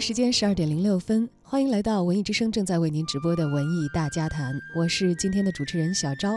时间12:06，欢迎来到文艺之声正在为您直播的文艺大家谈，我是今天的主持人小昭。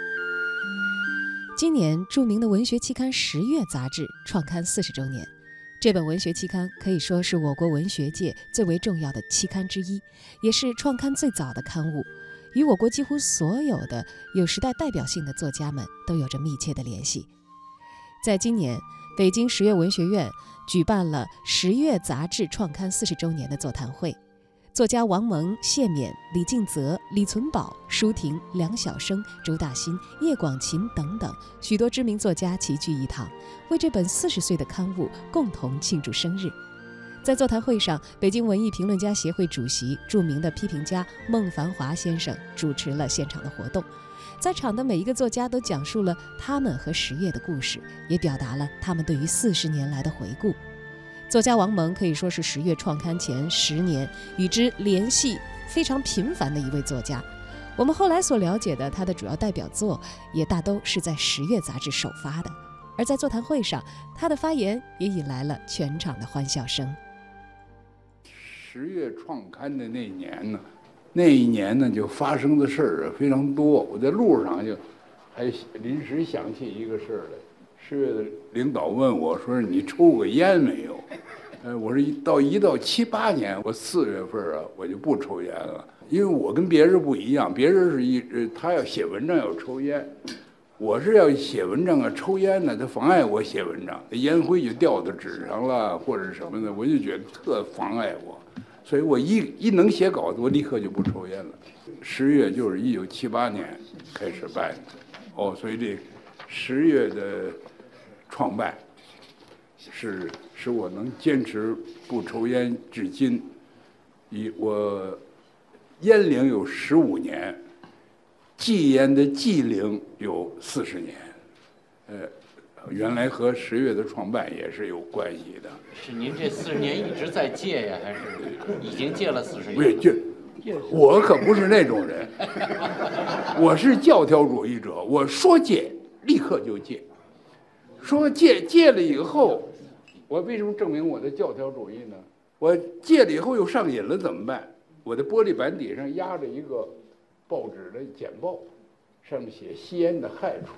今年著名的文学期刊《十月》杂志创刊40周年，这本文学期刊可以说是我国文学界最为重要的期刊之一，也是创刊最早的刊物，与我国几乎所有的有时代代表性的作家们都有着密切的联系。在今年，北京十月文学院举办了《十月》杂志创刊40周年的座谈会，作家王蒙、谢冕、李敬泽、李存葆、舒婷、梁晓声、周大新、叶广芩等等许多知名作家齐聚一堂，为这本40岁的刊物共同庆祝生日。在座谈会上，北京文艺评论家协会主席、著名的批评家孟繁华先生主持了现场的活动。在场的每一个作家都讲述了他们和十月的故事，也表达了他们对于40年来的回顾。作家王蒙可以说是十月创刊前10年与之联系非常频繁的一位作家。我们后来所了解的他的主要代表作也大都是在十月杂志首发的。而在座谈会上，他的发言也引来了全场的欢笑声。 十月创刊的那一年呢，就发生的事儿非常多。我在路上就还临时想起一个事儿来。十月的领导问我说：“你抽过烟没有？”我说到7、8年，我4月份我就不抽烟了，因为我跟别人不一样，别人是他要写文章要抽烟，我是要写文章抽烟呢，他妨碍我写文章，烟灰就掉到纸上了或者什么的，我就觉得特妨碍我。所以我一能写稿子，我立刻就不抽烟了。十月就是1978年开始办的，所以这十月的创办使我能坚持不抽烟至今。我烟龄有15年，戒烟的忌龄有40年，原来和十月的创办也是有关系的。 是您这40年一直在戒呀，还是已经戒了40年？ 不是，我可不是那种人，我是教条主义者，我说戒立刻就戒，说戒了以后，我为什么证明我的教条主义呢？我戒了以后又上瘾了怎么办？我的玻璃板底上压着一个报纸的简报，上面写吸烟的害处。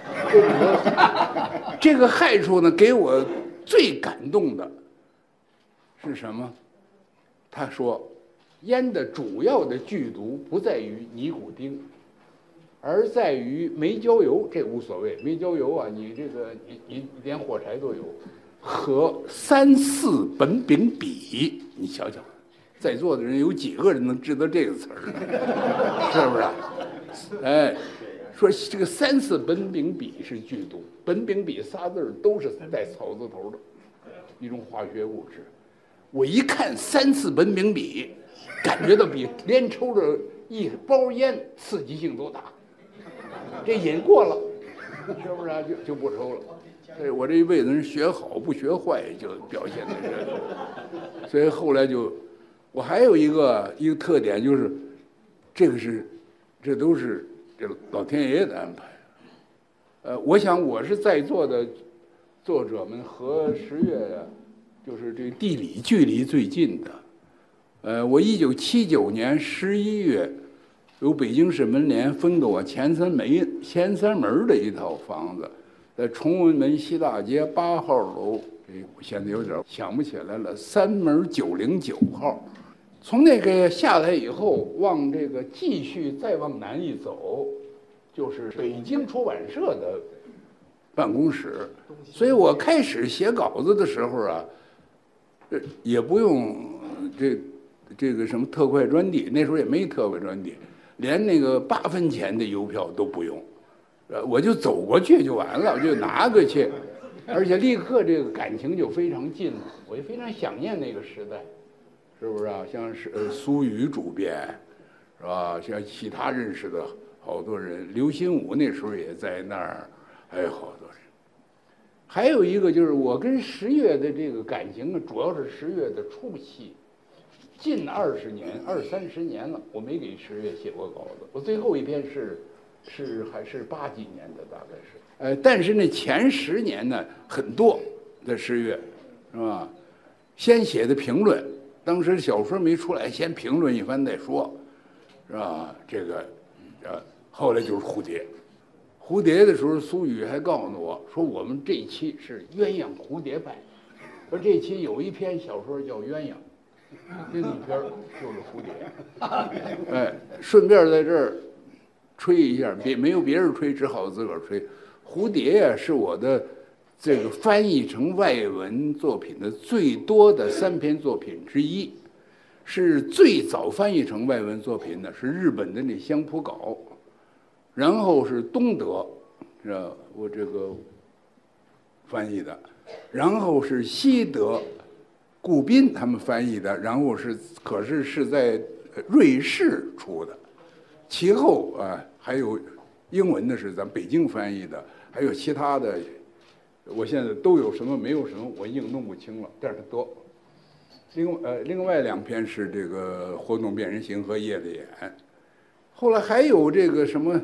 这个害处呢，给我最感动的是什么？他说，烟的主要的剧毒不在于尼古丁，而在于煤焦油，这无所谓，煤焦油你这个你连火柴都有，和3,4苯丙芘，你瞧瞧，在座的人有几个人能知道这个词儿呢？是不是？说这个3,4苯丙芘是剧毒，苯丙芘仨字都是带草字头的一种化学物质。我一看3,4苯丙芘，感觉到比连抽着一包烟刺激性都大，这瘾过了，是不是就不抽了？所以我这一辈子人学好不学坏，就表现在这里。所以后来我还有一个特点，就是这都是这老天爷的安排。我想我是在座的作者们和十月就是这地理距离最近的。我1979年11月，由北京市门联分给我前三门的一套房子，在崇文门西大街8号楼。我现在有点想不起来了，3门909号。从那个下来以后，往这个再往南一走，就是北京出版社的办公室。所以我开始写稿子的时候也不用这个什么特快专递，那时候也没特快专递，连那个8分钱的邮票都不用，我就走过去就完了，我就拿过去，而且立刻这个感情就非常近了，我就非常想念那个时代。是不是像是苏雨主编，是吧？像其他认识的好多人，刘心武那时候也在那儿，还有好多人。还有一个就是我跟十月的这个感情主要是十月的初期，近20年、20-30年了，我没给十月写过稿子。我最后一篇还是80几年的，大概是。但是那前10年呢，很多的十月，是吧？先写的评论， 当时小说没出来，先评论一番再说，是吧？这个，后来就是蝴蝶。蝴蝶的时候，苏雨还告诉我说，我们这一期是鸳鸯蝴蝶派，说这一期有一篇小说叫《鸳鸯》，另一篇就是蝴蝶。哎，顺便在这儿吹一下，没有别人吹，只好自个儿吹。蝴蝶呀，是我的这个翻译成外文作品的最多的3篇作品之一，是最早翻译成外文作品的是日本的那相扑稿，然后是东德，是吧？我这个翻译的，然后是西德，顾斌他们翻译的，然后可是是在瑞士出的，其后还有英文的是咱北京翻译的，还有其他的，我现在都有什么没有什么，我硬弄不清了，但是多。另外2篇是这个《活动变人形》和《夜的眼》，后来还有这个什么。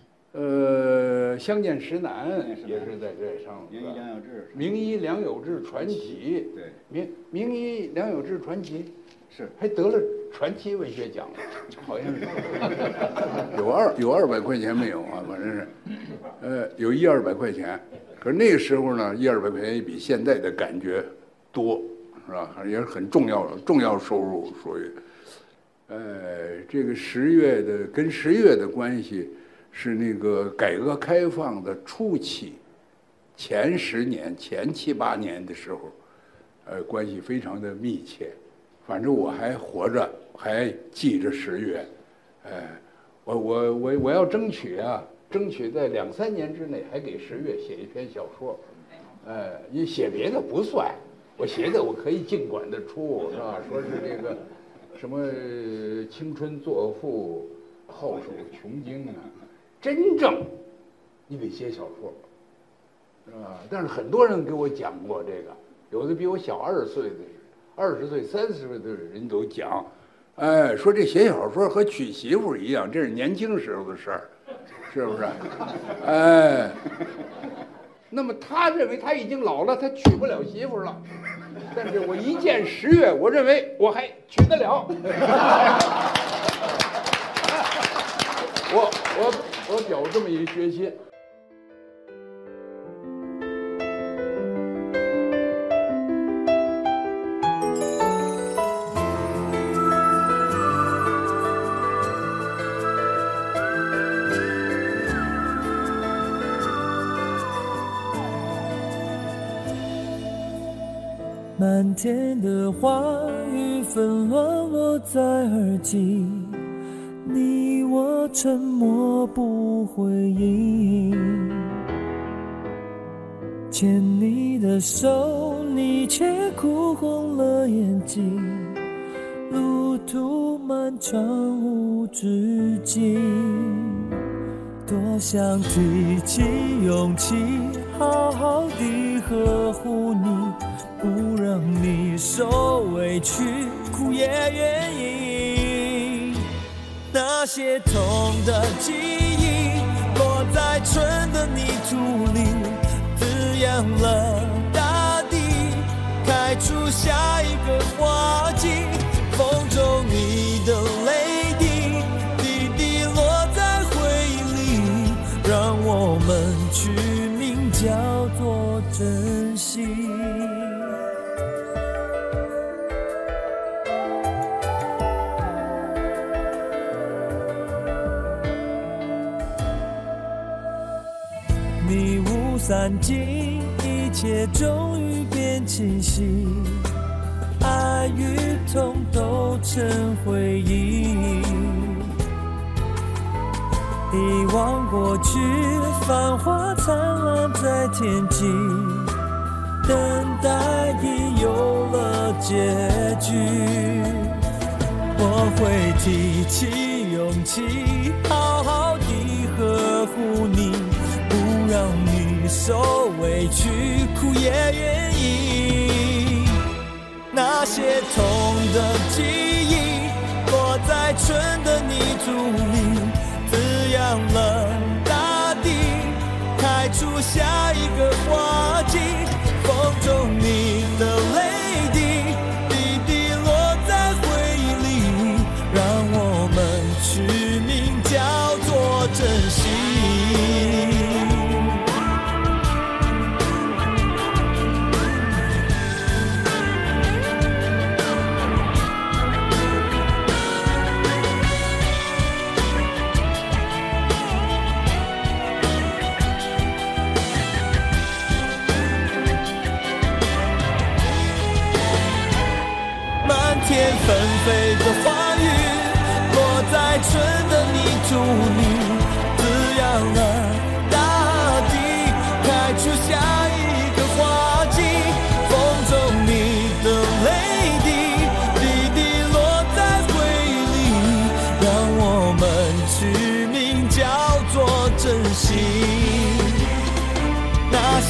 相见时难也是在这上，名医梁有志传奇，对，名医梁有志传奇是还得了传奇文学奖，好像是有200块钱没有啊？反正是，有100-200块钱，可是那个时候呢，100-200块钱也比现在的感觉多，是吧？也是很重要收入，属于，这个跟十月的关系。是那个改革开放的初期，前10年、前7、8年的时候，关系非常的密切。反正我还活着，还记着10月，我要争取在2-3年之内还给10月写一篇小说，你写别的不算，我写的我可以尽管的出，是吧？说是这个什么青春作赋，好手穷经啊。真正，你得写小说，是吧？但是很多人给我讲过这个，有的比我小20岁的，20岁、30岁的人都讲，说这写小说和娶媳妇一样，这是年轻时候的事儿，是不是？那么他认为他已经老了，他娶不了媳妇了，但是我一见10月，我认为我还娶得了。我表这么一决心。 漫天的花雨纷乱落在耳际，你我沉默不回应，牵你的手，你却哭红了眼睛，路途漫长无止境，多想提起勇气，好好地呵护你，不让你受委屈，哭也愿意。那些痛的记忆落在春的泥土里，滋养了大地，开出下一个花季。风中你的泪滴，滴滴落在回忆里，让我们取名叫做珍惜。迷雾散尽，一切终于变清晰，爱与痛都成回忆，遗忘过去，繁华灿烂在天际，等待已有了结局。我会提起勇气，好好地呵护你，不让你受委屈，哭也愿意。那些痛的记忆落在春的泥土里，滋养了大地，开出下一个花季。风中你的泪滴，滴滴落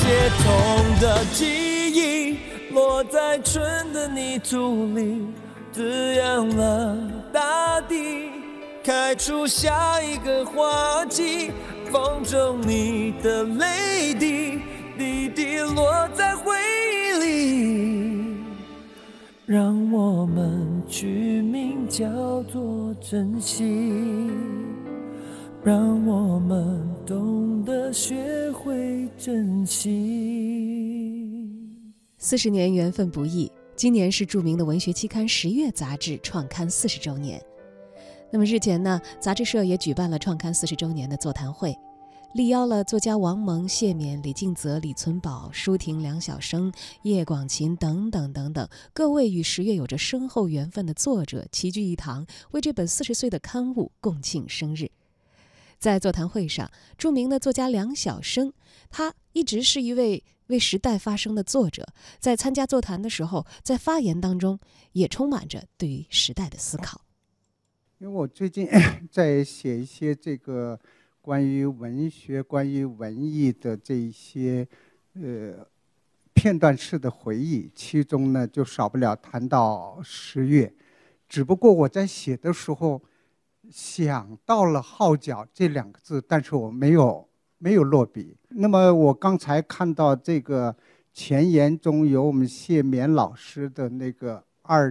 些痛的记忆落在春的泥土里，滋养了大地，开出下一个花季。风中你的泪滴，滴滴落在回忆里，让我们取名叫做珍惜，让我们懂得学会珍惜。 40年缘分不易，今年是著名的文学期刊《十月》杂志创刊40周年。那么日前呢，杂志社也举办了创刊40周年的座谈会，力邀了作家王蒙、谢冕、李敬泽、李存葆、舒婷、梁晓声、叶广芩等等等等各位与十月有着深厚缘分的作者齐聚一堂，为这本40岁的刊物共庆生日。在座谈会上，著名的作家梁晓声，他一直是一位为时代发声的作者，在参加座谈的时候，在发言当中也充满着对于时代的思考。 因为我最近在写一些这个关于文学、关于文艺的这一些片段式的回忆，其中呢就少不了谈到十月。只不过我在写的时候想到了号角这2个字，但是我没有落笔。那么我刚才看到这个前言中有我们谢冕老师的那个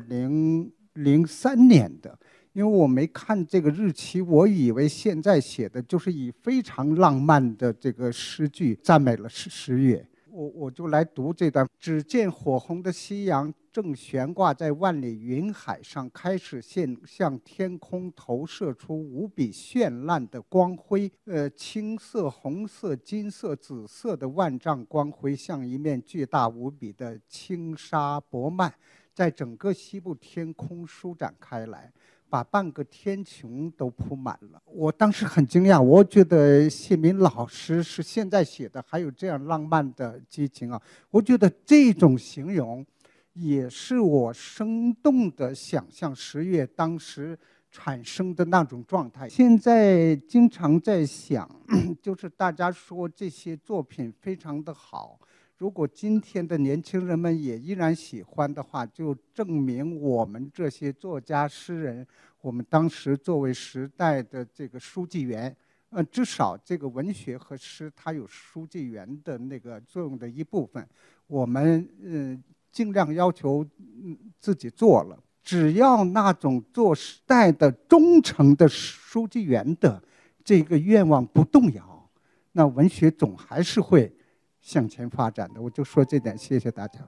2003年的，因为我没看这个日期，我以为现在写的就是以非常浪漫的这个诗句赞美了十月。我就来读这段：只见火红的夕阳正悬挂在万里云海上，开始向天空投射出无比绚烂的光辉。青色、红色、金色、紫色的万丈光辉，像一面巨大无比的轻纱薄幔，在整个西部天空舒展开来，把半个天穹都铺满了。我当时很惊讶，我觉得谢冕老师是现在写的，还有这样浪漫的激情啊！我觉得这种形容也是我生动的想象十月当时产生的那种状态。现在经常在想，就是大家说这些作品非常的好，如果今天的年轻人们也依然喜欢的话，就证明我们这些作家诗人，我们当时作为时代的这个书记员，至少这个文学和诗它有书记员的那个作用的一部分，我们尽量要求自己做了。只要那种做时代的忠诚的书记员的这个愿望不动摇，那文学总还是会向前发展的。我就说这点，谢谢大家。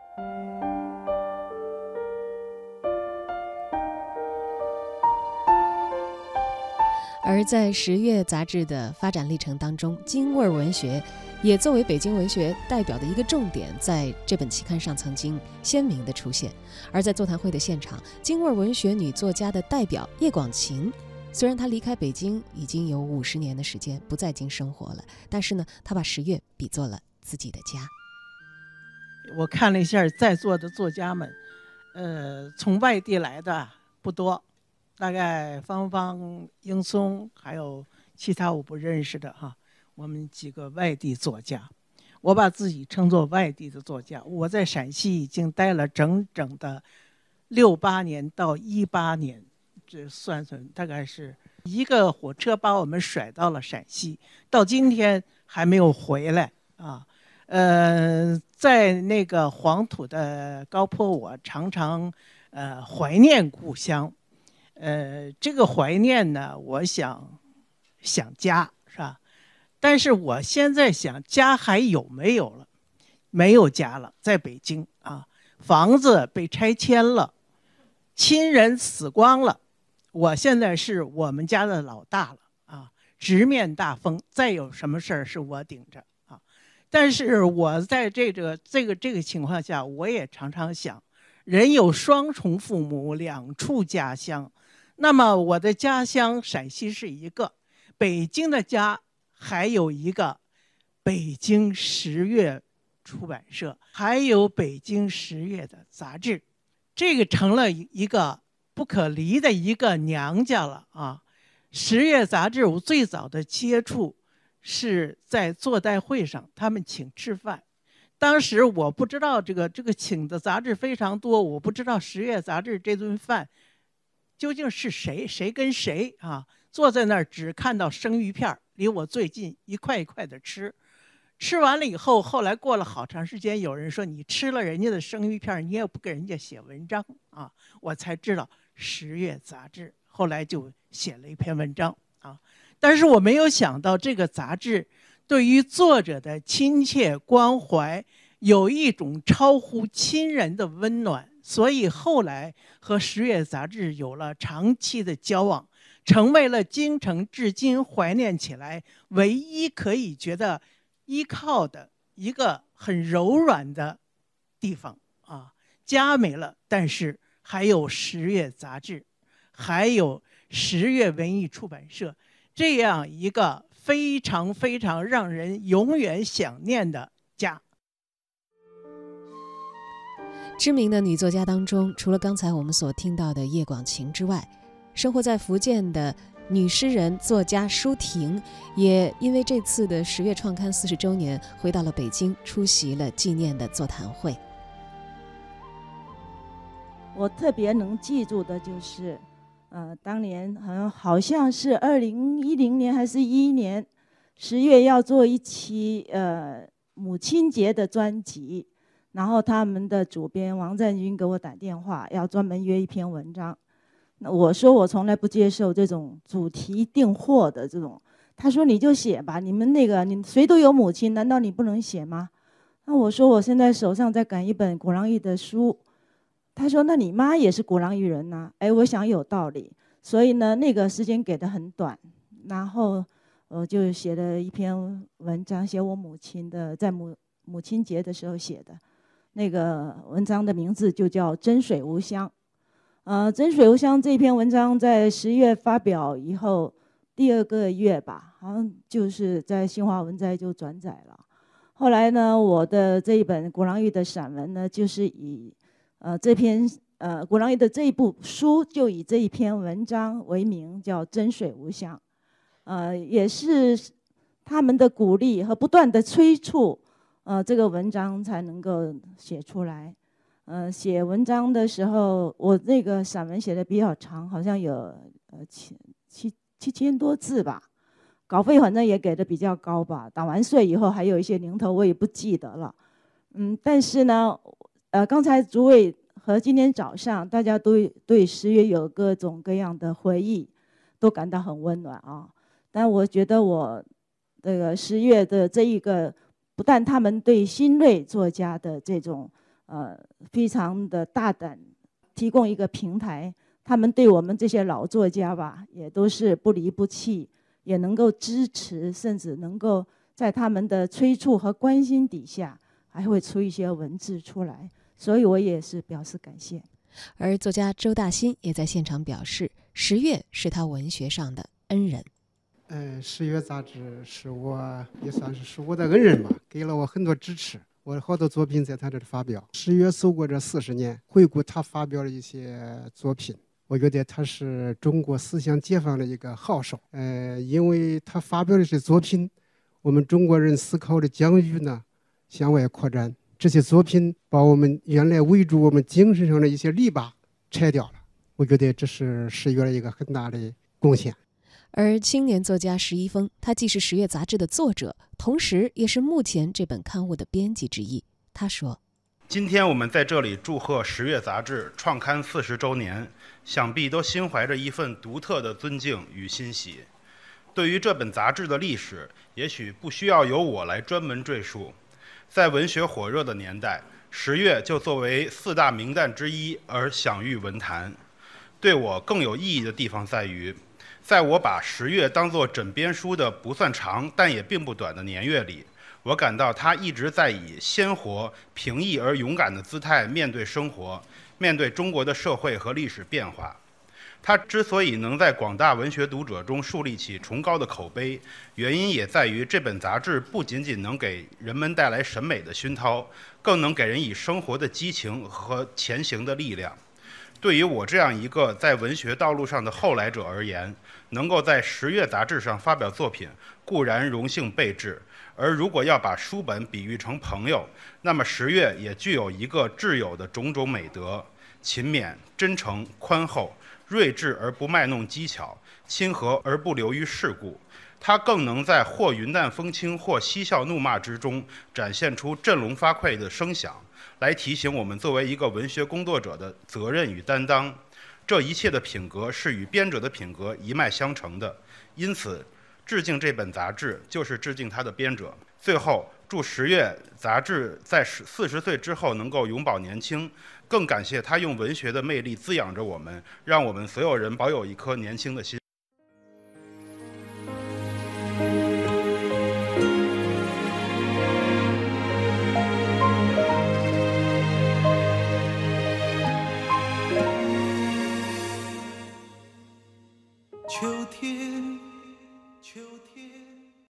而在十月杂志的发展历程当中，京味文学也作为北京文学代表的一个重点，在这本期刊上曾经鲜明的出现。而在座谈会的现场，京味文学女作家的代表叶广芩，虽然她离开北京已经有50年的时间，不在京生活了，但是呢，她把十月比作了自己的家。 我看了一下在座的作家们，从外地来的不多，大概芳芳、英松还有其他我不认识的哈，我们几个外地作家。我把自己称作外地的作家。我在陕西已经待了整整的68年到18年，这算算大概是一个火车把我们甩到了陕西，到今天还没有回来啊。在那个黄土的高坡，我常常怀念故乡。这个怀念呢，我想家是吧？但是我现在想家还有没有了？没有家了，在北京啊，房子被拆迁了，亲人死光了。我现在是我们家的老大了啊，直面大风，再有什么事儿是我顶着啊。但是我在这个情况下，我也常常想，人有双重父母，两处家乡。那么我的家乡陕西是一个，北京的家还有一个北京十月出版社，还有北京十月的杂志，这个成了一个不可离的一个娘家了啊。十月杂志我最早的接触是在座谈会上他们请吃饭。当时我不知道这个请的杂志非常多，我不知道十月杂志这顿饭究竟是谁跟谁啊？坐在那儿只看到生鱼片，离我最近，一块一块的吃。吃完了以后，后来过了好长时间，有人说你吃了人家的生鱼片，你也不给人家写文章啊，我才知道十月杂志，后来就写了一篇文章啊。但是我没有想到这个杂志对于作者的亲切关怀，有一种超乎亲人的温暖，所以后来和十月杂志有了长期的交往，成为了京城至今怀念起来唯一可以觉得依靠的一个很柔软的地方啊。家没了，但是还有十月杂志，还有十月文艺出版社，这样一个非常非常让人永远想念的家。 知名的女作家当中，除了刚才我们所听到的叶广芩之外，生活在福建的女诗人作家舒婷，也因为这次的十月创刊40周年，回到了北京，出席了纪念的座谈会。 我特别能记住的就是，当年好像是2010年还是2011年10月要做一期母亲节的专辑，然后他们的主编王占军给我打电话，要专门约一篇文章。那我说我从来不接受这种主题订货的这种，他说你就写吧，你们你谁都有母亲，难道你不能写吗？那我说我现在手上在赶一本鼓浪屿的书，他说那你妈也是鼓浪屿人呐，我想有道理，所以呢那个时间给得很短，然后我就写了一篇文章，写我母亲的，在母亲节的时候写的，那个文章的名字就叫《真水无香》。真水无香这篇文章在10月发表以后，第2个月吧，好像就是在新华文摘就转载了。后来呢，我的这一本鼓浪屿的散文呢，就是以这篇鼓浪屿的这一部书就以这一篇文章为名，叫《真水无香》。也是他们的鼓励和不断的催促，这个文章才能够写出来。写文章的时候，我那个散文写的比较长，好像有7000多字吧，稿费反正也给的比较高吧。打完税以后还有一些零头，我也不记得了。但是呢，刚才诸位和今天早上大家都对10月有各种各样的回忆，都感到很温暖啊。但我觉得我这个10月的这一个，不但他们对新锐作家的这种非常的大胆，提供一个平台，他们对我们这些老作家吧，也都是不离不弃，也能够支持，甚至能够在他们的催促和关心底下，还会出一些文字出来，所以我也是表示感谢。 而作家周大新也在现场表示，10月是他文学上的恩人。 10月杂志是也算是我的恩人吧，给了我很多支持。我好多作品在他这里发表。10月走过这40年，回顾他发表的一些作品，我觉得他是中国思想解放的一个号手。因为他发表的这些作品，我们中国人思考的疆域呢向外扩展。这些作品把我们原来围住我们精神上的一些篱笆拆掉了。我觉得这是10月的一个很大的贡献。 而青年作家石一峰，他既是10月杂志的作者，同时也是目前这本刊物的编辑之一。他说： 今天我们在这里祝贺10月杂志创刊40周年，想必都心怀着一份独特的尊敬与欣喜。对于这本杂志的历史，也许不需要由我来专门赘述。在文学火热的年代，10月就作为4大名旦之一而享誉文坛。对我更有意义的地方在于，在我把10月当作枕边书的不算长但也并不短的年月里，我感到他一直在以鲜活、平易而勇敢的姿态面对生活，面对中国的社会和历史变化。他之所以能在广大文学读者中树立起崇高的口碑，原因也在于这本杂志不仅仅能给人们带来审美的熏陶，更能给人以生活的激情和前行的力量。 对于我这样一个在文学道路上的后来者而言，能够在《十月》杂志上发表作品，固然荣幸备至。而如果要把书本比喻成朋友，那么《十月》也具有一个挚友的种种美德：勤勉、真诚、宽厚、睿智而不卖弄技巧，亲和而不流于世故。它更能在或云淡风轻或嬉笑怒骂之中，展现出振聋发聩的声响，来提醒我们作为一个文学工作者的责任与担当。这一切的品格是与编者的品格一脉相承的，因此致敬这本杂志就是致敬它的编者。最后，祝《十月》杂志在40岁之后能够永葆年轻，更感谢它用文学的魅力滋养着我们，让我们所有人保有一颗年轻的心。 秋天，秋天。